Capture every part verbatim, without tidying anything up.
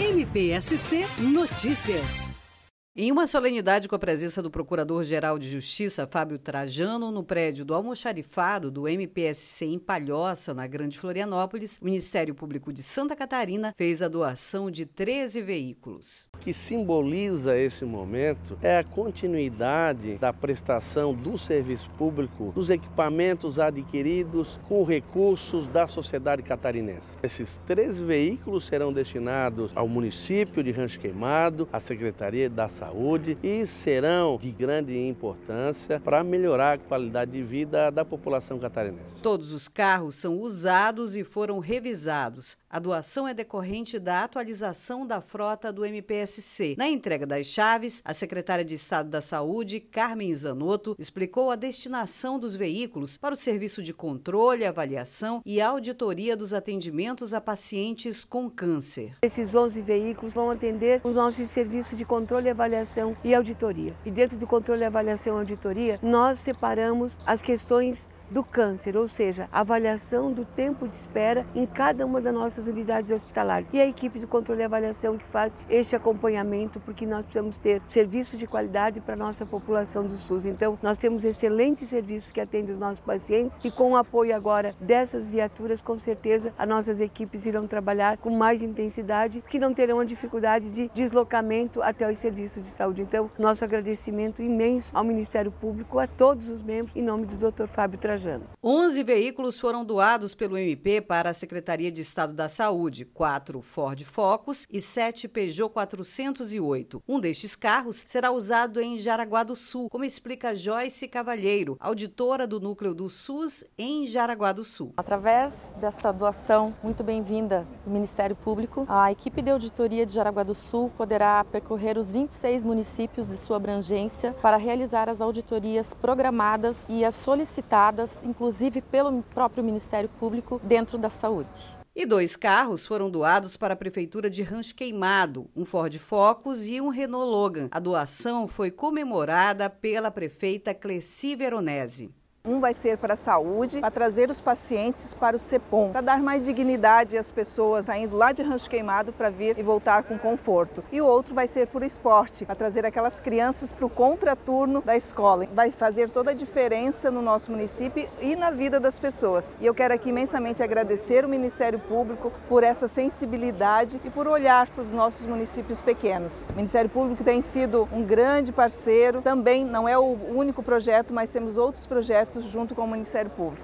M P S C Notícias. Em uma solenidade com a presença do Procurador-Geral de Justiça, Fábio Trajano, no prédio do almoxarifado do M P S C em Palhoça, na Grande Florianópolis, o Ministério Público de Santa Catarina fez a doação de treze veículos. O que simboliza esse momento é a continuidade da prestação do serviço público, dos equipamentos adquiridos com recursos da sociedade catarinense. Esses treze veículos serão destinados ao município de Rancho Queimado, à Secretaria da Saúde e serão de grande importância para melhorar a qualidade de vida da população catarinense. Todos os carros são usados e foram revisados. A doação é decorrente da atualização da frota do M P S C. Na entrega das chaves, a secretária de Estado da Saúde, Carmen Zanotto, explicou a destinação dos veículos para o serviço de controle, avaliação e auditoria dos atendimentos a pacientes com câncer. Esses onze veículos vão atender os nossos serviços de controle, avaliação e auditoria. E dentro do controle, avaliação e auditoria, nós separamos as questões do câncer, ou seja, a avaliação do tempo de espera em cada uma das nossas unidades hospitalares. E a equipe de controle e avaliação que faz este acompanhamento, porque nós precisamos ter serviços de qualidade para a nossa população do SUS. Então, nós temos excelentes serviços que atendem os nossos pacientes e com o apoio agora dessas viaturas, com certeza, as nossas equipes irão trabalhar com mais intensidade, que não terão a dificuldade de deslocamento até os serviços de saúde. Então, nosso agradecimento imenso ao Ministério Público, a todos os membros, em nome do doutor Fábio Trajano. onze veículos foram doados pelo M P para a Secretaria de Estado da Saúde, quatro Ford Focus e sete Peugeot quatrocentos e oito. Um destes carros será usado em Jaraguá do Sul, como explica Joyce Cavalheiro, auditora do Núcleo do SUS em Jaraguá do Sul. Através dessa doação muito bem-vinda do Ministério Público, a equipe de auditoria de Jaraguá do Sul poderá percorrer os vinte e seis municípios de sua abrangência para realizar as auditorias programadas e as solicitadas, inclusive pelo próprio Ministério Público, dentro da saúde. E dois carros foram doados para a Prefeitura de Rancho Queimado, um Ford Focus e um Renault Logan. A doação foi comemorada pela prefeita Cleci Veronese. Um vai ser para a saúde, para trazer os pacientes para o CEPOM, para dar mais dignidade às pessoas saindo lá de Rancho Queimado para vir e voltar com conforto. E o outro vai ser para o esporte, para trazer aquelas crianças para o contraturno da escola. Vai fazer toda a diferença no nosso município e na vida das pessoas. E eu quero aqui imensamente agradecer o Ministério Público por essa sensibilidade e por olhar para os nossos municípios pequenos. O Ministério Público tem sido um grande parceiro, também não é o único projeto, mas temos outros projetos junto com o Ministério Público.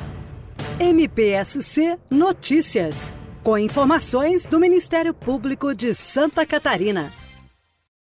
M P S C Notícias, com informações do Ministério Público de Santa Catarina.